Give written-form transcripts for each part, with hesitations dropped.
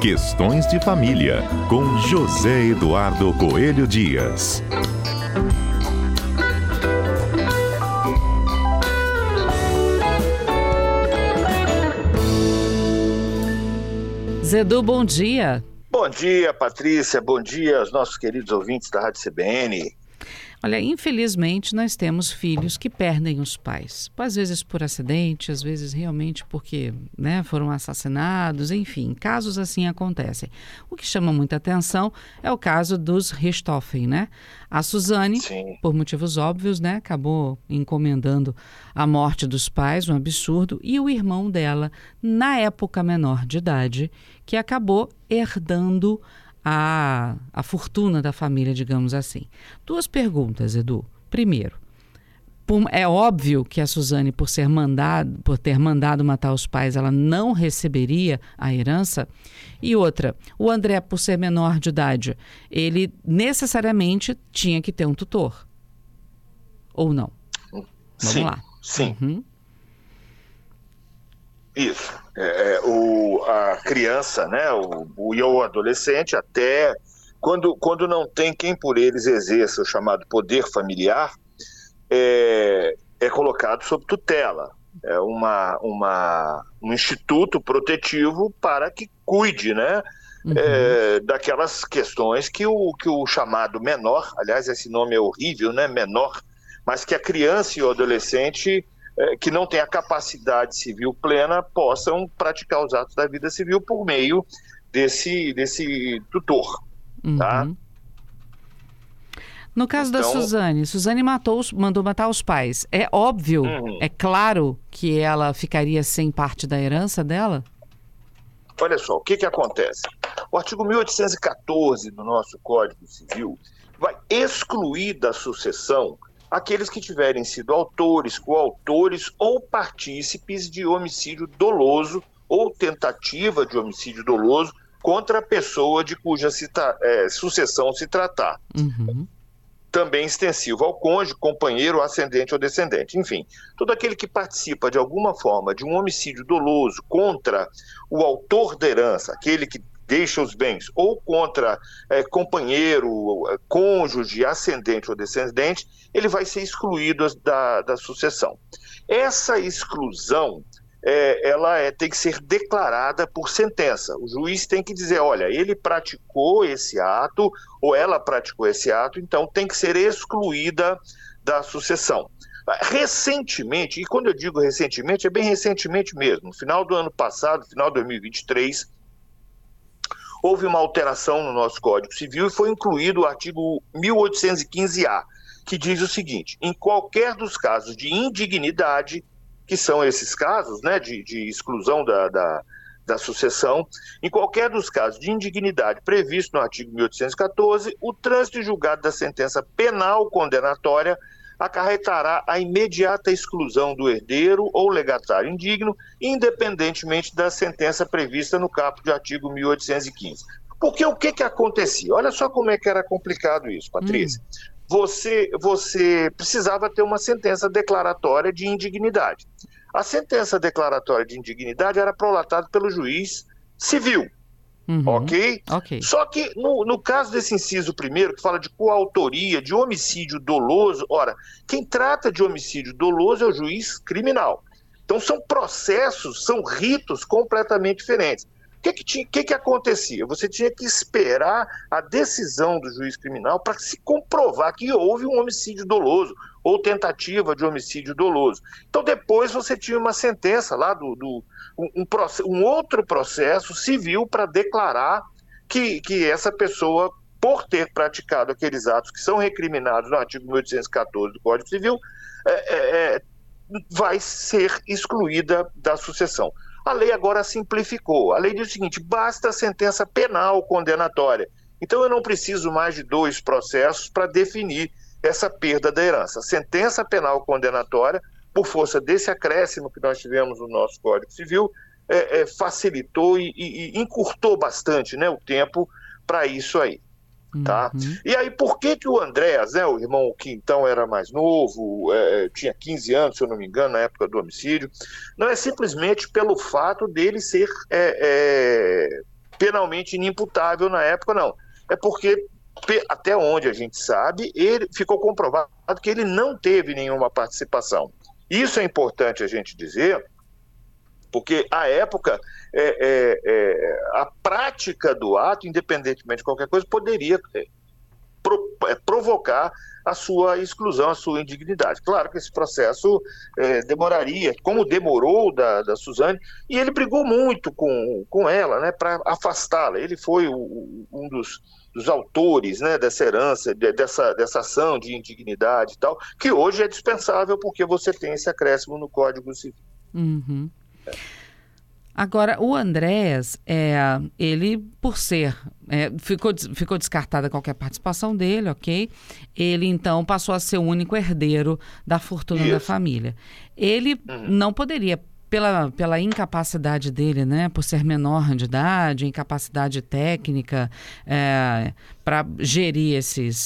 Questões de Família, com José Eduardo Coelho Dias. Zedu, bom dia. Bom dia, Patrícia. Bom dia aos nossos queridos ouvintes da Rádio CBN. Olha, infelizmente nós temos filhos que perdem os pais. Às vezes por acidente, às vezes realmente porque foram assassinados, enfim, casos assim acontecem. O que chama muita atenção é o caso dos Richthofen, né? A Suzane, Sim. por motivos óbvios, acabou encomendando a morte dos pais, um absurdo, e o irmão dela, na época menor de idade, que acabou herdando a fortuna da família, digamos assim. Duas perguntas, Edu. Primeiro, é óbvio que a Suzane, por ter mandado matar os pais, ela não receberia a herança. E outra, o André, por ser menor de idade, ele necessariamente tinha que ter um tutor. Ou não? Vamos lá. Sim. Isso. A criança, o adolescente, até quando não tem quem por eles exerça o chamado poder familiar, é colocado sob tutela. É um instituto protetivo para que cuide, daquelas questões que o chamado menor, aliás, esse nome é horrível, menor, mas que a criança e o adolescente que não têm a capacidade civil plena possam praticar os atos da vida civil por meio desse tutor. Tá? No caso da Suzane mandou matar os pais. É óbvio, é claro que ela ficaria sem parte da herança dela? Olha só, o que acontece? O artigo 1814 do nosso Código Civil vai excluir da sucessão aqueles que tiverem sido autores, coautores ou partícipes de homicídio doloso ou tentativa de homicídio doloso contra a pessoa de cuja sucessão se tratar. Também extensivo ao cônjuge, companheiro, ascendente ou descendente. Enfim, todo aquele que participa de alguma forma de um homicídio doloso contra o autor da herança, aquele que deixa os bens, ou contra companheiro, cônjuge, ascendente ou descendente, ele vai ser excluído da sucessão. Essa exclusão, ela tem que ser declarada por sentença. O juiz tem que dizer, olha, ele praticou esse ato, ou ela praticou esse ato, então tem que ser excluída da sucessão. Recentemente, e quando eu digo recentemente, é bem recentemente mesmo, no final do ano passado, final de 2023, houve uma alteração no nosso Código Civil e foi incluído o artigo 1815-A, que diz o seguinte: em qualquer dos casos de indignidade, que são esses casos de exclusão da sucessão, em qualquer dos casos de indignidade previsto no artigo 1814, o trânsito julgado da sentença penal condenatória acarretará a imediata exclusão do herdeiro ou legatário indigno, independentemente da sentença prevista no caput do artigo 1815. Porque o que acontecia? Olha só como é que era complicado isso, Patrícia. Você precisava ter uma sentença declaratória de indignidade. A sentença declaratória de indignidade era prolatada pelo juiz civil. Ok? Só que no caso desse inciso primeiro, que fala de coautoria, de homicídio doloso, ora, quem trata de homicídio doloso é o juiz criminal. Então são processos, são ritos completamente diferentes. O que acontecia? Você tinha que esperar a decisão do juiz criminal para se comprovar que houve um homicídio doloso ou tentativa de homicídio doloso. Então depois você tinha uma sentença lá um outro processo civil para declarar que essa pessoa, por ter praticado aqueles atos que são recriminados no artigo 1814 do Código Civil, vai ser excluída da sucessão. A lei agora simplificou. A lei diz o seguinte: basta a sentença penal condenatória. Então eu não preciso mais de 2 processos para definir essa perda da herança. A sentença penal condenatória, por força desse acréscimo que nós tivemos no nosso Código Civil, facilitou e encurtou bastante o tempo para isso aí. Tá? E aí, por que o Andréas, o irmão que então era mais novo, tinha 15 anos, se eu não me engano, na época do homicídio, não é simplesmente pelo fato dele ser penalmente inimputável na época, não. É porque, até onde a gente sabe, ele ficou comprovado que ele não teve nenhuma participação. Isso é importante a gente dizer, porque à época a prática do ato, independentemente de qualquer coisa, poderia provocar a sua exclusão, a sua indignidade. Claro que esse processo demoraria, como demorou da Suzane, e ele brigou muito com ela, né, para afastá-la. Ele foi um dos autores, né, dessa herança, dessa ação de indignidade e tal, que hoje é dispensável porque você tem esse acréscimo no Código Civil. Uhum. Agora, o Andréas, ele, por ser... ficou descartada qualquer participação dele, ok? Ele, então, passou a ser o único herdeiro da fortuna da família. Ele não poderia, pela incapacidade dele, né? Por ser menor de idade, incapacidade técnica, para gerir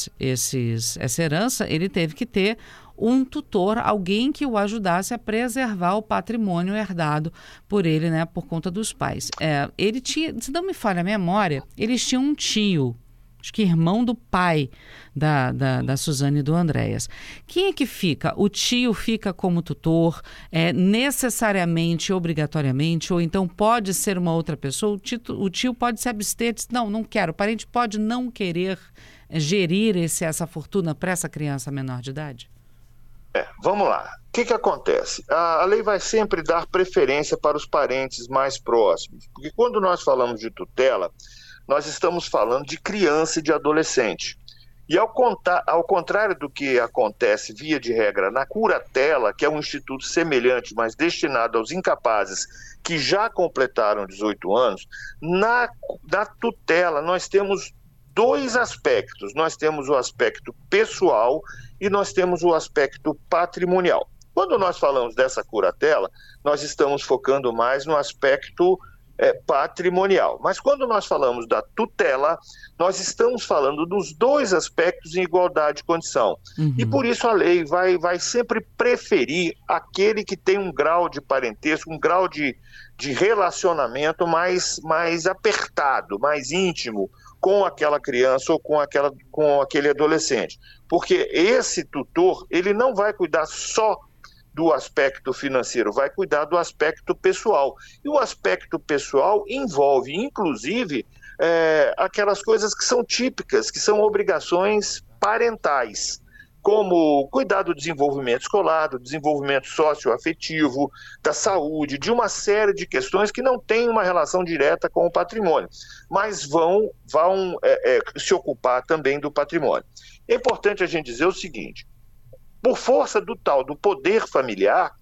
essa herança, ele teve que ter um tutor, alguém que o ajudasse a preservar o patrimônio herdado por ele, né, por conta dos pais. Ele tinha, se não me falha a memória, eles tinham um tio, acho que irmão do pai da Suzane e do Andréas. Quem é que fica? O tio fica como tutor, necessariamente, obrigatoriamente, ou então pode ser uma outra pessoa? O tio pode se abster, diz, não quero. O parente pode não querer gerir essa fortuna para essa criança menor de idade? Vamos lá. O que acontece? A lei vai sempre dar preferência para os parentes mais próximos, porque quando nós falamos de tutela, nós estamos falando de criança e de adolescente. E ao contrário do que acontece, via de regra, na curatela, que é um instituto semelhante, mas destinado aos incapazes que já completaram 18 anos, na tutela nós temos dois aspectos. Nós temos o aspecto pessoal e nós temos o aspecto patrimonial. Quando nós falamos dessa curatela, nós estamos focando mais no aspecto patrimonial. Mas quando nós falamos da tutela, nós estamos falando dos dois aspectos em igualdade de condição. Uhum. E por isso a lei vai sempre preferir aquele que tem um grau de parentesco, um grau de relacionamento mais apertado, mais íntimo com aquela criança ou com aquele adolescente. Porque esse tutor, ele não vai cuidar só do aspecto financeiro, vai cuidar do aspecto pessoal. E o aspecto pessoal envolve, inclusive, aquelas coisas que são típicas, que são obrigações parentais, como cuidar do desenvolvimento escolar, do desenvolvimento socioafetivo, da saúde, de uma série de questões que não têm uma relação direta com o patrimônio, mas vão se ocupar também do patrimônio. É importante a gente dizer o seguinte: por força do poder familiar,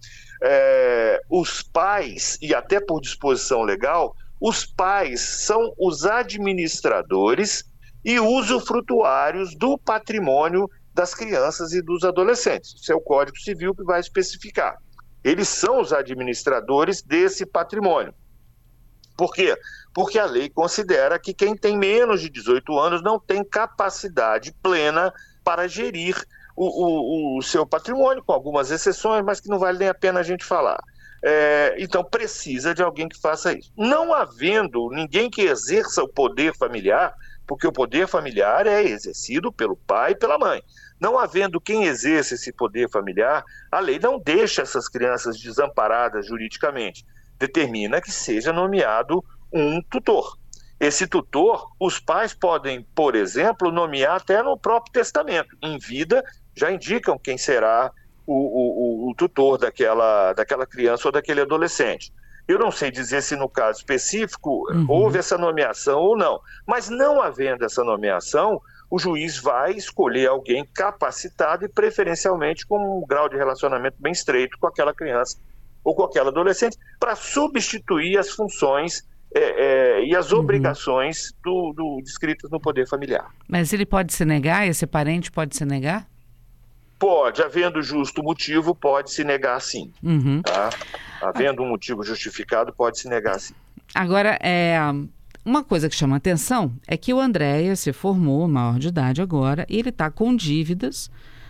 os pais, e até por disposição legal, os pais são os administradores e usufrutuários do patrimônio das crianças e dos adolescentes. Isso é o Código Civil que vai especificar. Eles são os administradores desse patrimônio. Por quê? Porque a lei considera que quem tem menos de 18 anos não tem capacidade plena para gerir o seu patrimônio, com algumas exceções, mas que não vale nem a pena a gente falar. Então precisa de alguém que faça isso. Não havendo ninguém que exerça o poder familiar, porque o poder familiar é exercido pelo pai e pela mãe. Não havendo quem exerça esse poder familiar, a lei não deixa essas crianças desamparadas juridicamente. Determina que seja nomeado um tutor. Esse tutor, os pais podem, por exemplo, nomear até no próprio testamento. Em vida, já indicam quem será o tutor daquela criança ou daquele adolescente. Eu não sei dizer se no caso específico houve essa nomeação ou não, mas não havendo essa nomeação, o juiz vai escolher alguém capacitado e preferencialmente com um grau de relacionamento bem estreito com aquela criança ou com aquela adolescente, para substituir as funções e as obrigações descritas no poder familiar. Mas ele pode se negar? Esse parente pode se negar? Pode, havendo justo motivo, pode se negar sim. Tá? Havendo um motivo justificado, pode se negar sim. Agora, uma coisa que chama atenção é que o Andréas se formou, maior de idade agora, e ele está com dívidas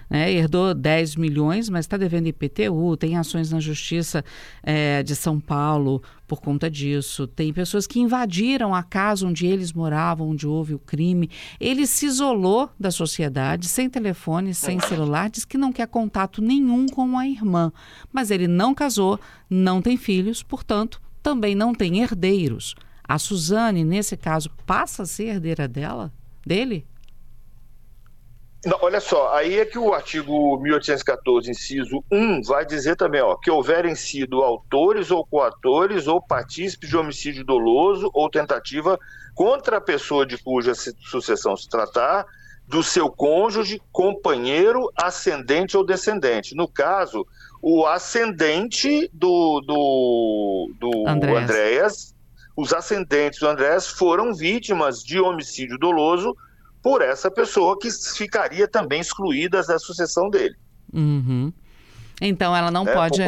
né? Herdou 10 milhões, mas está devendo IPTU, tem ações na Justiça de São Paulo por conta disso. Tem pessoas que invadiram a casa onde eles moravam, onde houve o crime. Ele se isolou da sociedade, sem telefone, sem celular, diz que não quer contato nenhum com a irmã. Mas ele não casou, não tem filhos, portanto, também não tem herdeiros. A Suzane, nesse caso, passa a ser herdeira dele? Não, olha só, aí é que o artigo 1814, inciso 1, vai dizer também, que houverem sido autores ou coatores ou partícipes de homicídio doloso ou tentativa contra a pessoa de cuja sucessão se tratar, do seu cônjuge, companheiro, ascendente ou descendente. No caso, o ascendente do Andréas, os ascendentes do Andréas foram vítimas de homicídio doloso por essa pessoa que ficaria também excluída da sucessão dele. Uhum. Então ela não pode...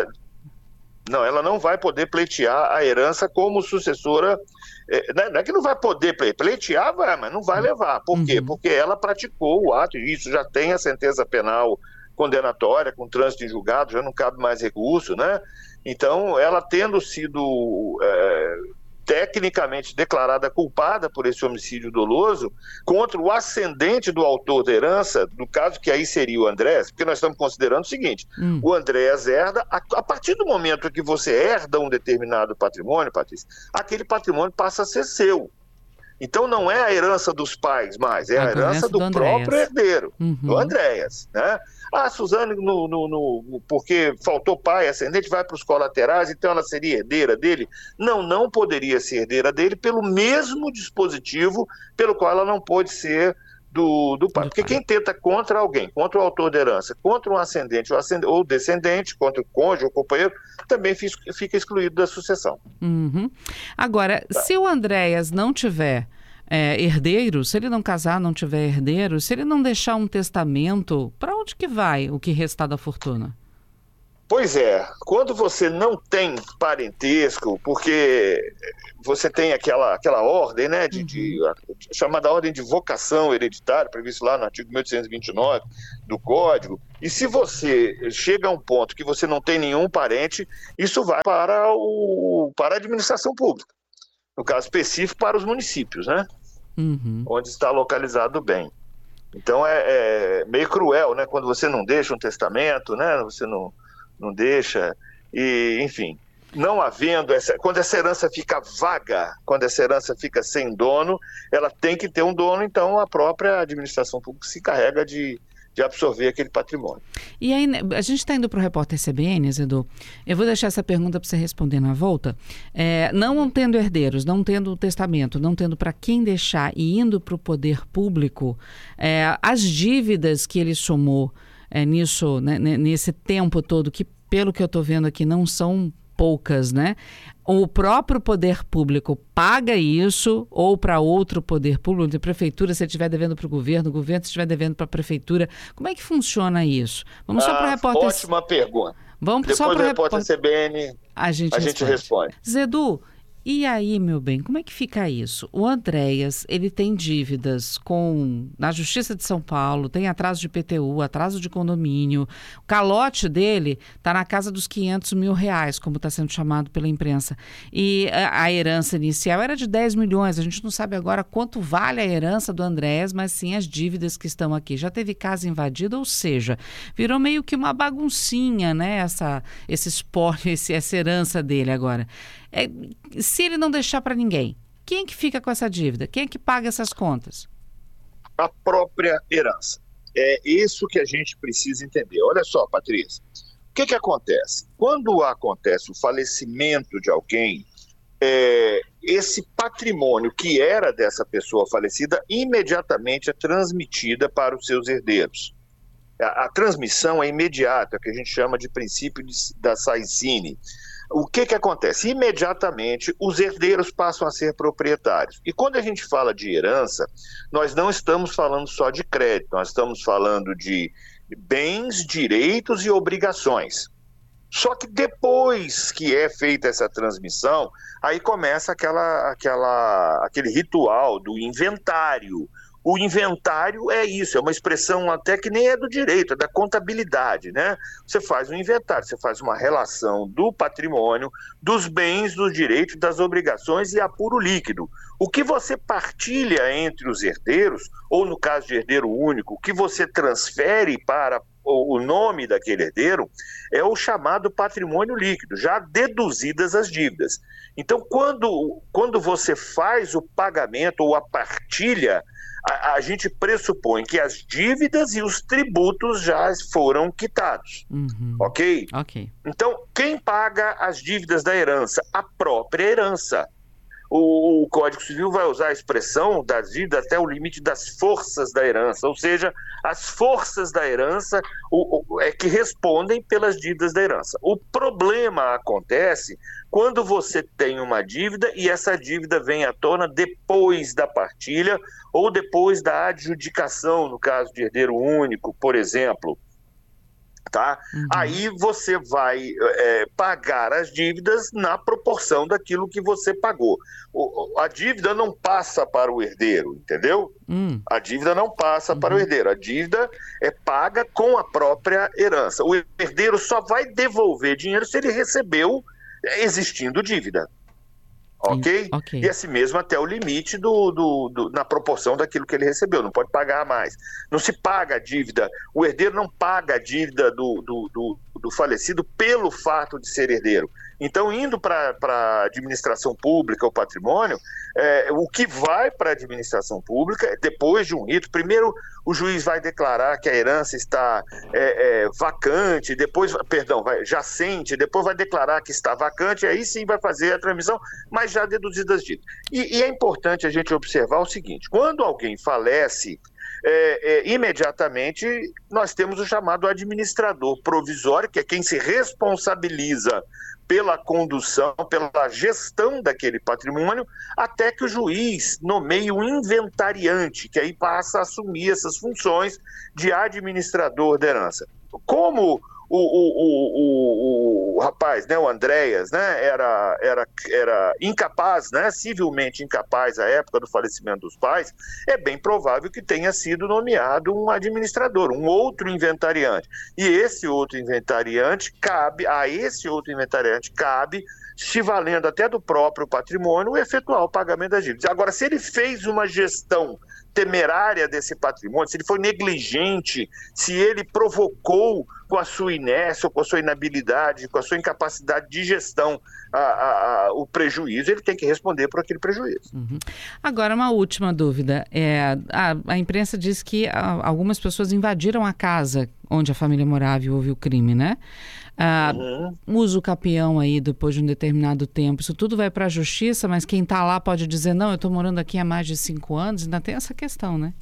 Não, ela não vai poder pleitear a herança como sucessora. Não é que não vai poder pleitear, mas não vai levar. Por quê? Porque ela praticou o ato, e isso já tem a sentença penal condenatória, com trânsito em julgado, já não cabe mais recurso, né? Então, ela tendo sido tecnicamente declarada culpada por esse homicídio doloso contra o ascendente do autor da herança, no caso que aí seria o Andrés, porque nós estamos considerando o seguinte, o Andrés herda, a partir do momento que você herda um determinado patrimônio, Patrícia, aquele patrimônio passa a ser seu. Então não é a herança dos pais mais, é a herança do próprio herdeiro, do Andréas, né? A Suzane, porque faltou pai ascendente, vai para os colaterais, então ela seria herdeira dele? Não poderia ser herdeira dele pelo mesmo dispositivo pelo qual ela não pode ser do pai. Porque quem tenta contra alguém, contra o autor da herança, contra um ascendente ou descendente, contra o cônjuge ou companheiro, também fica excluído da sucessão. Agora, se o Andréas não tiver herdeiro, se ele não casar, não tiver herdeiro, se ele não deixar um testamento, para onde que vai o que restar da fortuna? Pois é, quando você não tem parentesco, porque você tem aquela ordem, né, chamada ordem de vocação hereditária, previsto lá no artigo 1829 do Código, e se você chega a um ponto que você não tem nenhum parente, isso vai para a administração pública, no caso específico para os municípios, né, onde está localizado o bem. Então é meio cruel, né, quando você não deixa um testamento, né, você não deixa, e enfim, não havendo quando essa herança fica vaga, quando essa herança fica sem dono, ela tem que ter um dono, então a própria administração pública se encarrega de absorver aquele patrimônio. E aí, a gente está indo para o repórter CBN, Zedu, eu vou deixar essa pergunta para você responder na volta. Não tendo herdeiros, não tendo testamento, não tendo para quem deixar e indo para o poder público, as dívidas que ele somou nisso, né, nesse tempo todo, que pelo que eu estou vendo aqui não são poucas, né? O próprio poder público paga isso ou para outro poder público, de prefeitura, se ele estiver devendo para o governo se estiver devendo para a prefeitura. Como é que funciona isso? Vamos só para o repórter... Ótima pergunta. Vamos Depois só para o repórter CBN, a gente responde. Zedu, e aí, meu bem, como é que fica isso? O Andréas, ele tem dívidas na Justiça de São Paulo, tem atraso de IPTU, atraso de condomínio. O calote dele está na casa dos R$500 mil, como está sendo chamado pela imprensa. E a herança inicial era de 10 milhões. A gente não sabe agora quanto vale a herança do Andréas, mas sim as dívidas que estão aqui. Já teve casa invadida, ou seja, virou meio que uma baguncinha, né? Esse esporte, essa herança dele agora. Se ele não deixar para ninguém, quem é que fica com essa dívida? Quem é que paga essas contas? A própria herança. É isso que a gente precisa entender. Olha só, Patrícia, o que acontece? Quando acontece o falecimento de alguém, esse patrimônio que era dessa pessoa falecida imediatamente é transmitida para os seus herdeiros. A transmissão é imediata, é o que a gente chama de princípio da Saicine. O que acontece? Imediatamente os herdeiros passam a ser proprietários. E quando a gente fala de herança, nós não estamos falando só de crédito, nós estamos falando de bens, direitos e obrigações. Só que depois que é feita essa transmissão, aí começa aquele ritual do inventário, O inventário é isso, é uma expressão até que nem é do direito, é da contabilidade, né? Você faz um inventário, você faz uma relação do patrimônio, dos bens, dos direitos, das obrigações e apura o líquido. O que você partilha entre os herdeiros, ou no caso de herdeiro único, o que você transfere para o nome daquele herdeiro, é o chamado patrimônio líquido, já deduzidas as dívidas. Então, quando você faz o pagamento ou a partilha, a gente pressupõe que as dívidas e os tributos já foram quitados, ok? Ok. Então, quem paga as dívidas da herança? A própria herança. O Código Civil vai usar a expressão das dívidas até o limite das forças da herança, ou seja, as forças da herança é que respondem pelas dívidas da herança. O problema acontece quando você tem uma dívida e essa dívida vem à tona depois da partilha ou depois da adjudicação, no caso de herdeiro único, por exemplo. Tá? Aí você vai pagar as dívidas na proporção daquilo que você pagou. A dívida não passa para o herdeiro, entendeu? A dívida não passa para o herdeiro. A dívida é paga com a própria herança. O herdeiro só vai devolver dinheiro se ele recebeu existindo dívida. Ok? E assim mesmo até o limite na proporção daquilo que ele recebeu, não pode pagar mais. Não se paga a dívida, o herdeiro não paga a dívida do falecido pelo fato de ser herdeiro. Então, indo para a administração pública, o patrimônio, o que vai para a administração pública, depois de um rito, primeiro o juiz vai declarar que a herança está vacante, jacente, depois vai declarar que está vacante, aí sim vai fazer a transmissão, mas já deduzidas dívidas. E é importante a gente observar o seguinte, quando alguém falece, imediatamente nós temos o chamado administrador provisório, que é quem se responsabiliza pela condução, pela gestão daquele patrimônio, até que o juiz nomeie o inventariante, que aí passa a assumir essas funções de administrador da herança. Como o rapaz, né, o Andréas, né, era incapaz, né, civilmente incapaz à época do falecimento dos pais, é bem provável que tenha sido nomeado um administrador, um outro inventariante. E a esse outro inventariante cabe, se valendo até do próprio patrimônio, efetuar o pagamento das dívidas. Agora, se ele fez uma gestão temerária desse patrimônio, se ele foi negligente, se ele provocou com a sua inércia, com a sua inabilidade, com a sua incapacidade de gestão o prejuízo, ele tem que responder por aquele prejuízo. Agora, uma última dúvida. A imprensa diz que algumas pessoas invadiram a casa onde a família morava e houve o crime, né? Usa o capião aí depois de um determinado tempo. Isso tudo vai para a justiça, mas quem está lá pode dizer, não, eu estou morando aqui há mais de 5 anos, ainda tem essa questão, né?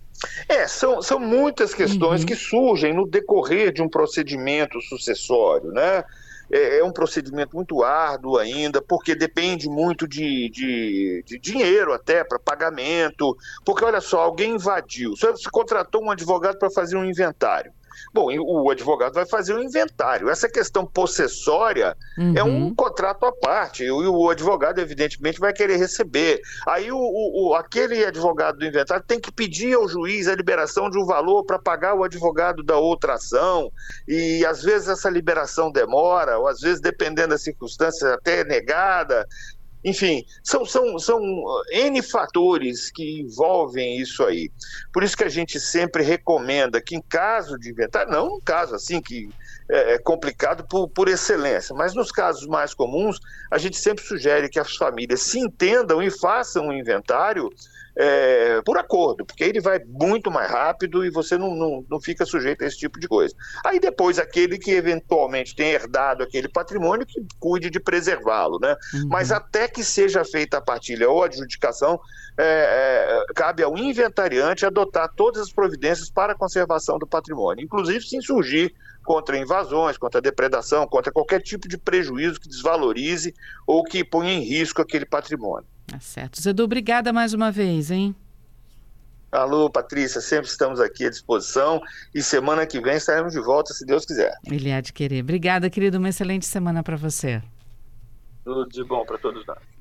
São muitas questões que surgem no decorrer de um procedimento sucessório, né? É um procedimento muito árduo ainda, porque depende muito de dinheiro até para pagamento, porque olha só, alguém invadiu, você contratou um advogado para fazer um inventário. Bom, o advogado vai fazer um inventário. Essa questão possessória é um contrato à parte. E o advogado, evidentemente, vai querer receber. Aí aquele advogado do inventário tem que pedir ao juiz a liberação de um valor para pagar o advogado da outra ação. E, às vezes, essa liberação demora, ou, às vezes, dependendo das circunstâncias, até é negada. Enfim, são N fatores que envolvem isso aí. Por isso que a gente sempre recomenda que em caso de inventário, não um caso assim que é complicado por excelência, mas nos casos mais comuns, a gente sempre sugere que as famílias se entendam e façam um inventário por acordo, porque ele vai muito mais rápido e você não fica sujeito a esse tipo de coisa. Aí depois aquele que eventualmente tem herdado aquele patrimônio que cuide de preservá-lo, né? Mas até que seja feita a partilha ou a adjudicação, cabe ao inventariante adotar todas as providências para a conservação do patrimônio, inclusive se insurgir contra invasões, contra depredação, contra qualquer tipo de prejuízo que desvalorize ou que ponha em risco aquele patrimônio. Tá certo. Zedu, obrigada mais uma vez, hein? Alô, Patrícia, sempre estamos aqui à disposição e semana que vem estaremos de volta, se Deus quiser. Ele há de querer. Obrigada, querido. Uma excelente semana para você. Tudo de bom para todos nós.